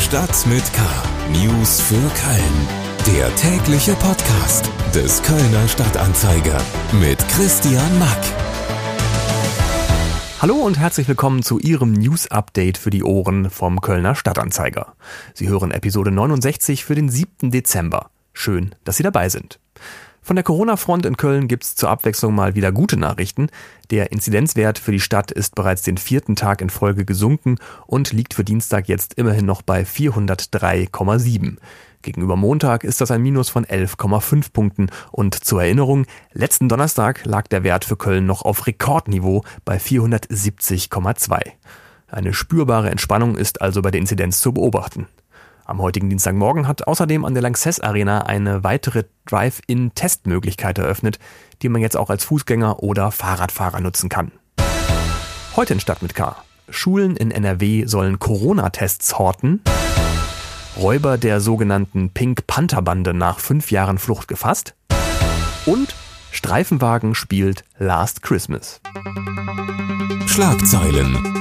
Stadt mit K. News für Köln. Der tägliche Podcast des Kölner Stadtanzeiger mit Christian Mack. Hallo und herzlich willkommen zu Ihrem News-Update für die Ohren vom Kölner Stadtanzeiger. Sie hören Episode 69 für den 7. Dezember. Schön, dass Sie dabei sind. Von der Corona-Front in Köln gibt's zur Abwechslung mal wieder gute Nachrichten. Der Inzidenzwert für die Stadt ist bereits den 4. Tag in Folge gesunken und liegt für Dienstag jetzt immerhin noch bei 403,7. Gegenüber Montag ist das ein Minus von 11,5 Punkten. Und zur Erinnerung, letzten Donnerstag lag der Wert für Köln noch auf Rekordniveau bei 470,2. Eine spürbare Entspannung ist also bei der Inzidenz zu beobachten. Am heutigen Dienstagmorgen hat außerdem an der Lanxess Arena eine weitere Drive-In-Testmöglichkeit eröffnet, die man jetzt auch als Fußgänger oder Fahrradfahrer nutzen kann. Heute in Stadt mit K. Schulen in NRW sollen Corona-Tests horten. Räuber der sogenannten Pink Panther Bande nach 5 Jahren Flucht gefasst. Und Streifenwagen spielt Last Christmas. Schlagzeilen.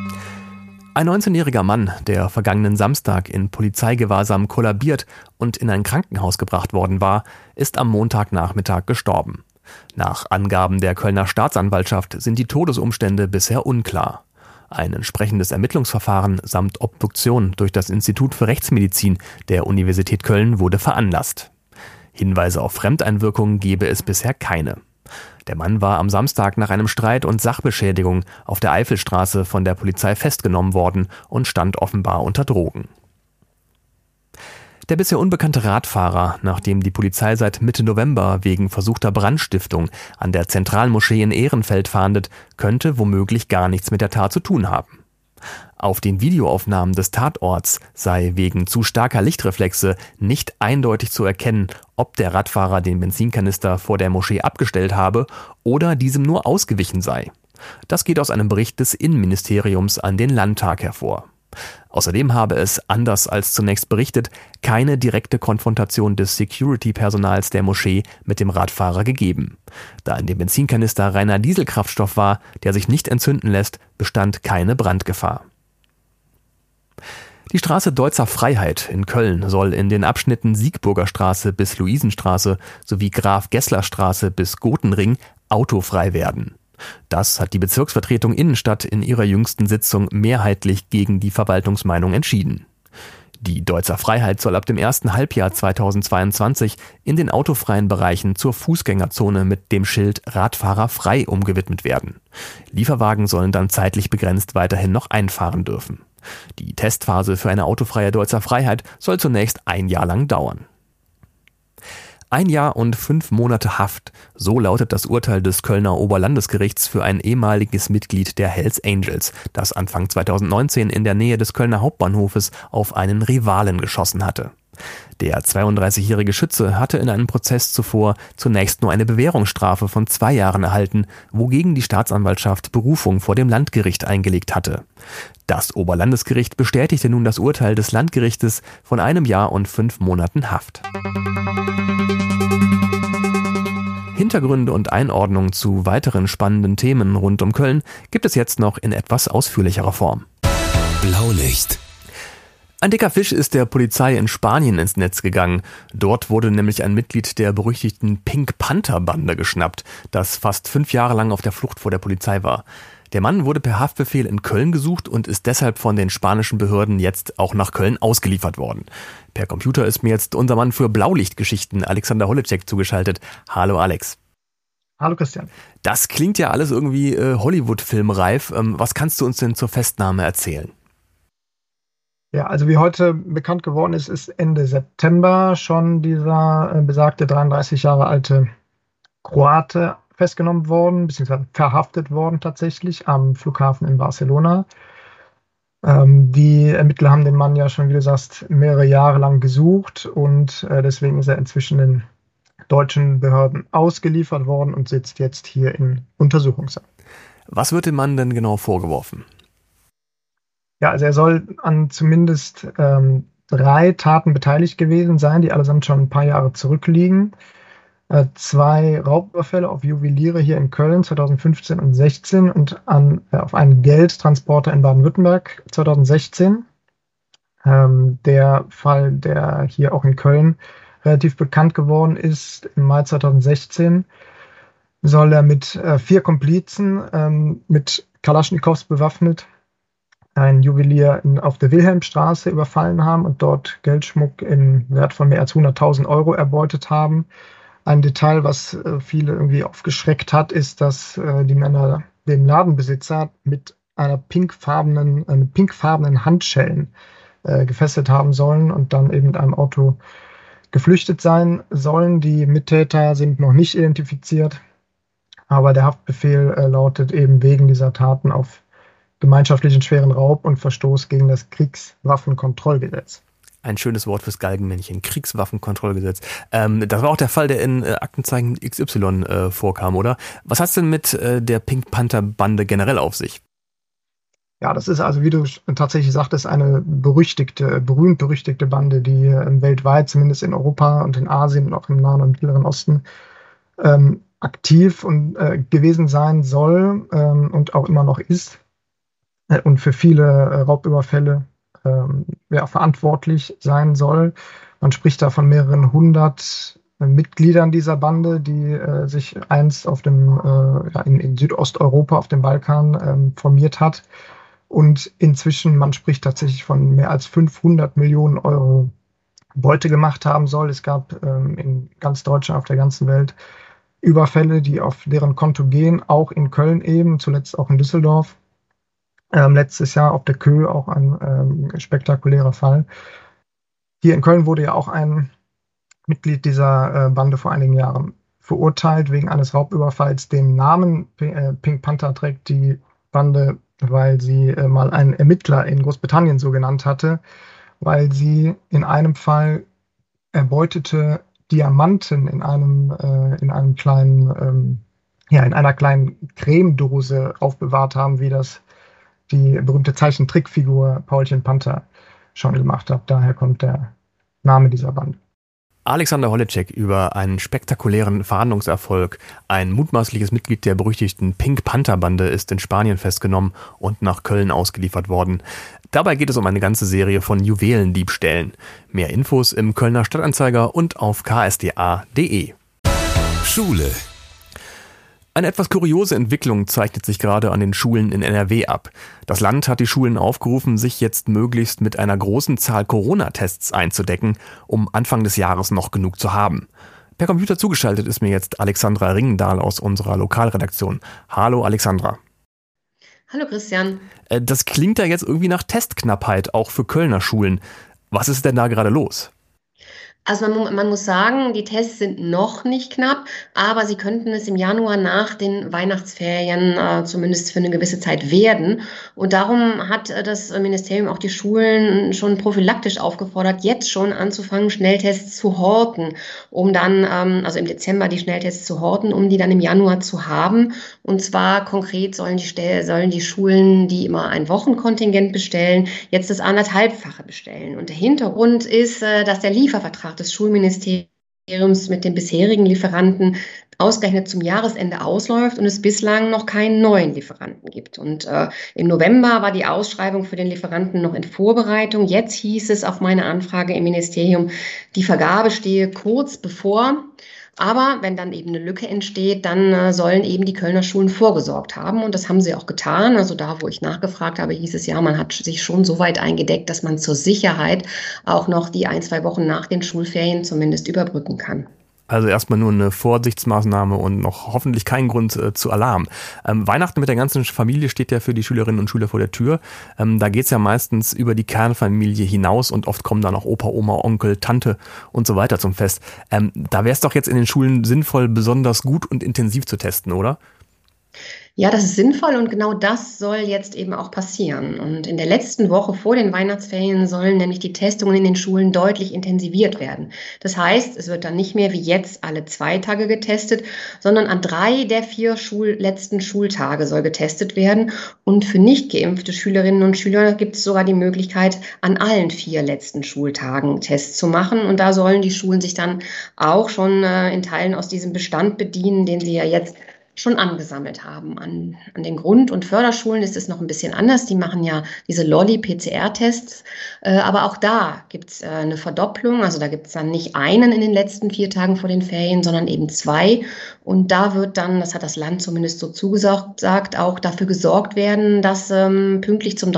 Ein 19-jähriger Mann, der vergangenen Samstag in Polizeigewahrsam kollabiert und in ein Krankenhaus gebracht worden war, ist am Montagnachmittag gestorben. Nach Angaben der Kölner Staatsanwaltschaft sind die Todesumstände bisher unklar. Ein entsprechendes Ermittlungsverfahren samt Obduktion durch das Institut für Rechtsmedizin der Universität Köln wurde veranlasst. Hinweise auf Fremdeinwirkung gebe es bisher keine. Der Mann war am Samstag nach einem Streit und Sachbeschädigung auf der Eifelstraße von der Polizei festgenommen worden und stand offenbar unter Drogen. Der bisher unbekannte Radfahrer, nachdem die Polizei seit Mitte November wegen versuchter Brandstiftung an der Zentralmoschee in Ehrenfeld fahndet, könnte womöglich gar nichts mit der Tat zu tun haben. Auf den Videoaufnahmen des Tatorts sei wegen zu starker Lichtreflexe nicht eindeutig zu erkennen, ob der Radfahrer den Benzinkanister vor der Moschee abgestellt habe oder diesem nur ausgewichen sei. Das geht aus einem Bericht des Innenministeriums an den Landtag hervor. Außerdem habe es, anders als zunächst berichtet, keine direkte Konfrontation des Security-Personals der Moschee mit dem Radfahrer gegeben. Da in dem Benzinkanister reiner Dieselkraftstoff war, der sich nicht entzünden lässt, bestand keine Brandgefahr. Die Straße Deutzer Freiheit in Köln soll in den Abschnitten Siegburger Straße bis Luisenstraße sowie Graf-Gessler-Straße bis Gotenring autofrei werden. Das hat die Bezirksvertretung Innenstadt in ihrer jüngsten Sitzung mehrheitlich gegen die Verwaltungsmeinung entschieden. Die Deutzer Freiheit soll ab dem ersten Halbjahr 2022 in den autofreien Bereichen zur Fußgängerzone mit dem Schild Radfahrer frei umgewidmet werden. Lieferwagen sollen dann zeitlich begrenzt weiterhin noch einfahren dürfen. Die Testphase für eine autofreie Deutzer Freiheit soll zunächst 1 Jahr lang dauern. 1 Jahr und 5 Monate Haft, so lautet das Urteil des Kölner Oberlandesgerichts für ein ehemaliges Mitglied der Hells Angels, das Anfang 2019 in der Nähe des Kölner Hauptbahnhofes auf einen Rivalen geschossen hatte. Der 32-jährige Schütze hatte in einem Prozess zuvor zunächst nur eine Bewährungsstrafe von 2 Jahren erhalten, wogegen die Staatsanwaltschaft Berufung vor dem Landgericht eingelegt hatte. Das Oberlandesgericht bestätigte nun das Urteil des Landgerichtes von 1 Jahr und 5 Monaten Haft. Hintergründe und Einordnung zu weiteren spannenden Themen rund um Köln gibt es jetzt noch in etwas ausführlicherer Form. Blaulicht. Ein dicker Fisch ist der Polizei in Spanien ins Netz gegangen. Dort wurde nämlich ein Mitglied der berüchtigten Pink Panther Bande geschnappt, das fast 5 Jahre lang auf der Flucht vor der Polizei war. Der Mann wurde per Haftbefehl in Köln gesucht und ist deshalb von den spanischen Behörden jetzt auch nach Köln ausgeliefert worden. Per Computer ist mir jetzt unser Mann für Blaulichtgeschichten, Alexander Holecek, zugeschaltet. Hallo Alex. Hallo Christian. Das klingt ja alles irgendwie Hollywood-filmreif. Was kannst du uns denn zur Festnahme erzählen? Ja, also wie heute bekannt geworden ist, ist Ende September schon dieser besagte 33 Jahre alte Kroate festgenommen worden, beziehungsweise verhaftet worden tatsächlich am Flughafen in Barcelona. Die Ermittler haben den Mann ja schon, wie du sagst, mehrere Jahre lang gesucht und deswegen ist er inzwischen den deutschen Behörden ausgeliefert worden und sitzt jetzt hier in Untersuchungshaft. Was wird dem Mann denn genau vorgeworfen? Ja, also er soll an zumindest 3 Taten beteiligt gewesen sein, die allesamt schon ein paar Jahre zurückliegen. 2 Raubüberfälle auf Juweliere hier in Köln 2015 und 16 und auf einen Geldtransporter in Baden-Württemberg 2016. Der Fall, der hier auch in Köln relativ bekannt geworden ist, im Mai 2016, soll er mit 4 Komplizen mit Kalaschnikows bewaffnet ein Juwelier auf der Wilhelmstraße überfallen haben und dort Geldschmuck im Wert von mehr als 100.000 Euro erbeutet haben. Ein Detail, was viele irgendwie aufgeschreckt hat, ist, dass die Männer den Ladenbesitzer mit pinkfarbenen Handschellen gefesselt haben sollen und dann eben mit einem Auto geflüchtet sein sollen. Die Mittäter sind noch nicht identifiziert, aber der Haftbefehl lautet eben wegen dieser Taten auf gemeinschaftlichen schweren Raub und Verstoß gegen das Kriegswaffenkontrollgesetz. Ein schönes Wort fürs Galgenmännchen, Kriegswaffenkontrollgesetz. Das war auch der Fall, der in Aktenzeichen XY vorkam, oder? Was hat es denn mit der Pink Panther Bande generell auf sich? Ja, das ist also, wie du tatsächlich sagtest, eine berühmt-berüchtigte Bande, die weltweit, zumindest in Europa und in Asien und auch im Nahen und Mittleren Osten, aktiv und gewesen sein soll und auch immer noch ist und für viele Raubüberfälle verantwortlich sein soll. Man spricht da von mehreren 100 Mitgliedern dieser Bande, die sich einst in Südosteuropa auf dem Balkan formiert hat. Und inzwischen, man spricht tatsächlich von mehr als 500 Millionen Euro Beute gemacht haben soll. Es gab in ganz Deutschland, auf der ganzen Welt Überfälle, die auf deren Konto gehen, auch in Köln eben, zuletzt auch in Düsseldorf. Letztes Jahr auf der Kö auch ein spektakulärer Fall. Hier in Köln wurde ja auch ein Mitglied dieser Bande vor einigen Jahren verurteilt wegen eines Raubüberfalls. Den Namen Pink Panther trägt die Bande, weil sie mal einen Ermittler in Großbritannien so genannt hatte, weil sie in einem Fall erbeutete Diamanten in einer kleinen Cremedose aufbewahrt haben, wie das die berühmte Zeichentrickfigur Paulchen Panther schon gemacht hat. Daher kommt der Name dieser Bande. Alexander Holleczek über einen spektakulären Fahndungserfolg. Ein mutmaßliches Mitglied der berüchtigten Pink Panther Bande ist in Spanien festgenommen und nach Köln ausgeliefert worden. Dabei geht es um eine ganze Serie von Juwelendiebstählen. Mehr Infos im Kölner Stadtanzeiger und auf ksda.de. Schule. Eine etwas kuriose Entwicklung zeichnet sich gerade an den Schulen in NRW ab. Das Land hat die Schulen aufgerufen, sich jetzt möglichst mit einer großen Zahl Corona-Tests einzudecken, um Anfang des Jahres noch genug zu haben. Per Computer zugeschaltet ist mir jetzt Alexandra Ringendahl aus unserer Lokalredaktion. Hallo Alexandra. Hallo Christian. Das klingt ja jetzt irgendwie nach Testknappheit, auch für Kölner Schulen. Was ist denn da gerade los? Also man muss sagen, die Tests sind noch nicht knapp, aber sie könnten es im Januar nach den Weihnachtsferien zumindest für eine gewisse Zeit werden. Und darum hat das Ministerium auch die Schulen schon prophylaktisch aufgefordert, jetzt schon anzufangen, Schnelltests zu horten, um dann, also im Dezember die Schnelltests zu horten, um die dann im Januar zu haben. Und zwar konkret sollen die Schulen, die immer ein Wochenkontingent bestellen, jetzt das 1,5-fache bestellen. Und der Hintergrund ist, dass der Liefervertrag des Schulministeriums mit den bisherigen Lieferanten ausgerechnet zum Jahresende ausläuft und es bislang noch keinen neuen Lieferanten gibt. Und im November war die Ausschreibung für den Lieferanten noch in Vorbereitung. Jetzt hieß es auf meine Anfrage im Ministerium, die Vergabe stehe kurz bevor. Aber wenn dann eben eine Lücke entsteht, dann sollen eben die Kölner Schulen vorgesorgt haben. Und das haben sie auch getan. Also da, wo ich nachgefragt habe, hieß es ja, man hat sich schon so weit eingedeckt, dass man zur Sicherheit auch noch die 1-2 Wochen nach den Schulferien zumindest überbrücken kann. Also erstmal nur eine Vorsichtsmaßnahme und noch hoffentlich kein Grund zu Alarm. Weihnachten mit der ganzen Familie steht ja für die Schülerinnen und Schüler vor der Tür. Da geht's ja meistens über die Kernfamilie hinaus und oft kommen dann auch Opa, Oma, Onkel, Tante und so weiter zum Fest. Da wäre es doch jetzt in den Schulen sinnvoll, besonders gut und intensiv zu testen, oder? Ja, das ist sinnvoll und genau das soll jetzt eben auch passieren. Und in der letzten Woche vor den Weihnachtsferien sollen nämlich die Testungen in den Schulen deutlich intensiviert werden. Das heißt, es wird dann nicht mehr wie jetzt alle 2 Tage getestet, sondern an 3 der 4 letzten Schultage soll getestet werden. Und für nicht geimpfte Schülerinnen und Schüler gibt es sogar die Möglichkeit, an allen 4 letzten Schultagen Tests zu machen. Und da sollen die Schulen sich dann auch schon in Teilen aus diesem Bestand bedienen, den sie ja jetzt schon angesammelt haben. An den Grund- und Förderschulen ist es noch ein bisschen anders. Die machen ja diese Lolli-PCR-Tests. Aber auch da gibt es eine Verdopplung. Also da gibt es dann nicht einen in den letzten 4 Tagen vor den Ferien, sondern eben 2. Und da wird dann, das hat das Land zumindest so zugesagt, auch dafür gesorgt werden, dass pünktlich zum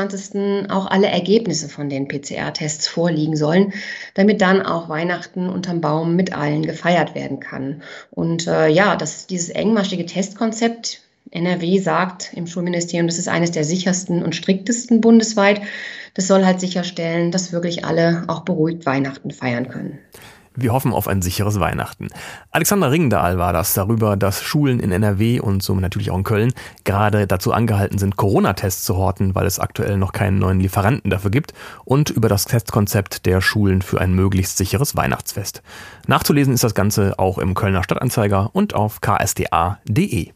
23. auch alle Ergebnisse von den PCR-Tests vorliegen sollen, damit dann auch Weihnachten unterm Baum mit allen gefeiert werden kann. Und dieses engmaschige Testkonzept, NRW sagt im Schulministerium, das ist eines der sichersten und striktesten bundesweit. Das soll halt sicherstellen, dass wirklich alle auch beruhigt Weihnachten feiern können. Wir hoffen auf ein sicheres Weihnachten. Alexander Ringdahl war das darüber, dass Schulen in NRW und somit natürlich auch in Köln gerade dazu angehalten sind, Corona-Tests zu horten, weil es aktuell noch keinen neuen Lieferanten dafür gibt, und über das Testkonzept der Schulen für ein möglichst sicheres Weihnachtsfest. Nachzulesen ist das Ganze auch im Kölner Stadtanzeiger und auf ksda.de.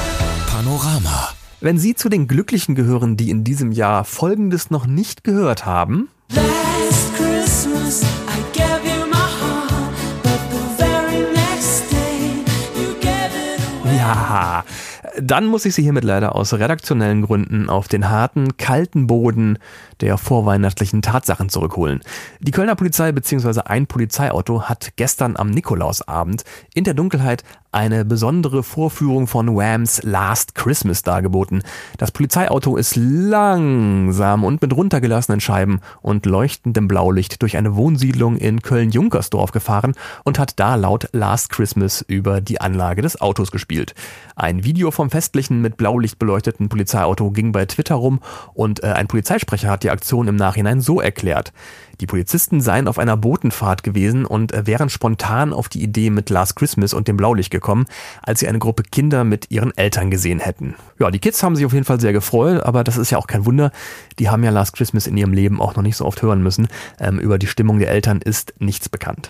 Panorama. Wenn Sie zu den Glücklichen gehören, die in diesem Jahr Folgendes noch nicht gehört haben: Last Christmas I gave you my heart, but the very next day you gave it away. Ja, dann muss ich Sie hiermit leider aus redaktionellen Gründen auf den harten, kalten Boden der vorweihnachtlichen Tatsachen zurückholen. Die Kölner Polizei bzw. ein Polizeiauto hat gestern am Nikolausabend in der Dunkelheit eine besondere Vorführung von Whams Last Christmas dargeboten. Das Polizeiauto ist langsam und mit runtergelassenen Scheiben und leuchtendem Blaulicht durch eine Wohnsiedlung in Köln-Junkersdorf gefahren und hat da laut Last Christmas über die Anlage des Autos gespielt. Ein Video vom festlichen, mit Blaulicht beleuchteten Polizeiauto ging bei Twitter rum und ein Polizeisprecher hat die Aktion im Nachhinein so erklärt: Die Polizisten seien auf einer Botenfahrt gewesen und wären spontan auf die Idee mit Last Christmas und dem Blaulicht gekommen, als sie eine Gruppe Kinder mit ihren Eltern gesehen hätten. Ja, die Kids haben sich auf jeden Fall sehr gefreut, aber das ist ja auch kein Wunder. Die haben ja Last Christmas in ihrem Leben auch noch nicht so oft hören müssen. Über die Stimmung der Eltern ist nichts bekannt.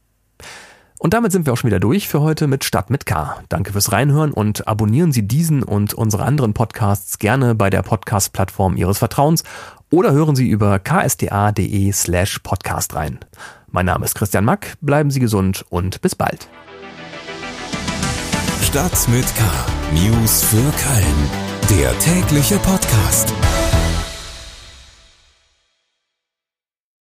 Und damit sind wir auch schon wieder durch für heute mit Stadt mit K. Danke fürs Reinhören und abonnieren Sie diesen und unsere anderen Podcasts gerne bei der Podcast-Plattform Ihres Vertrauens oder hören Sie über ksda.de/podcast rein. Mein Name ist Christian Mack, bleiben Sie gesund und bis bald. Stadt mit K. News für Köln. Der tägliche Podcast.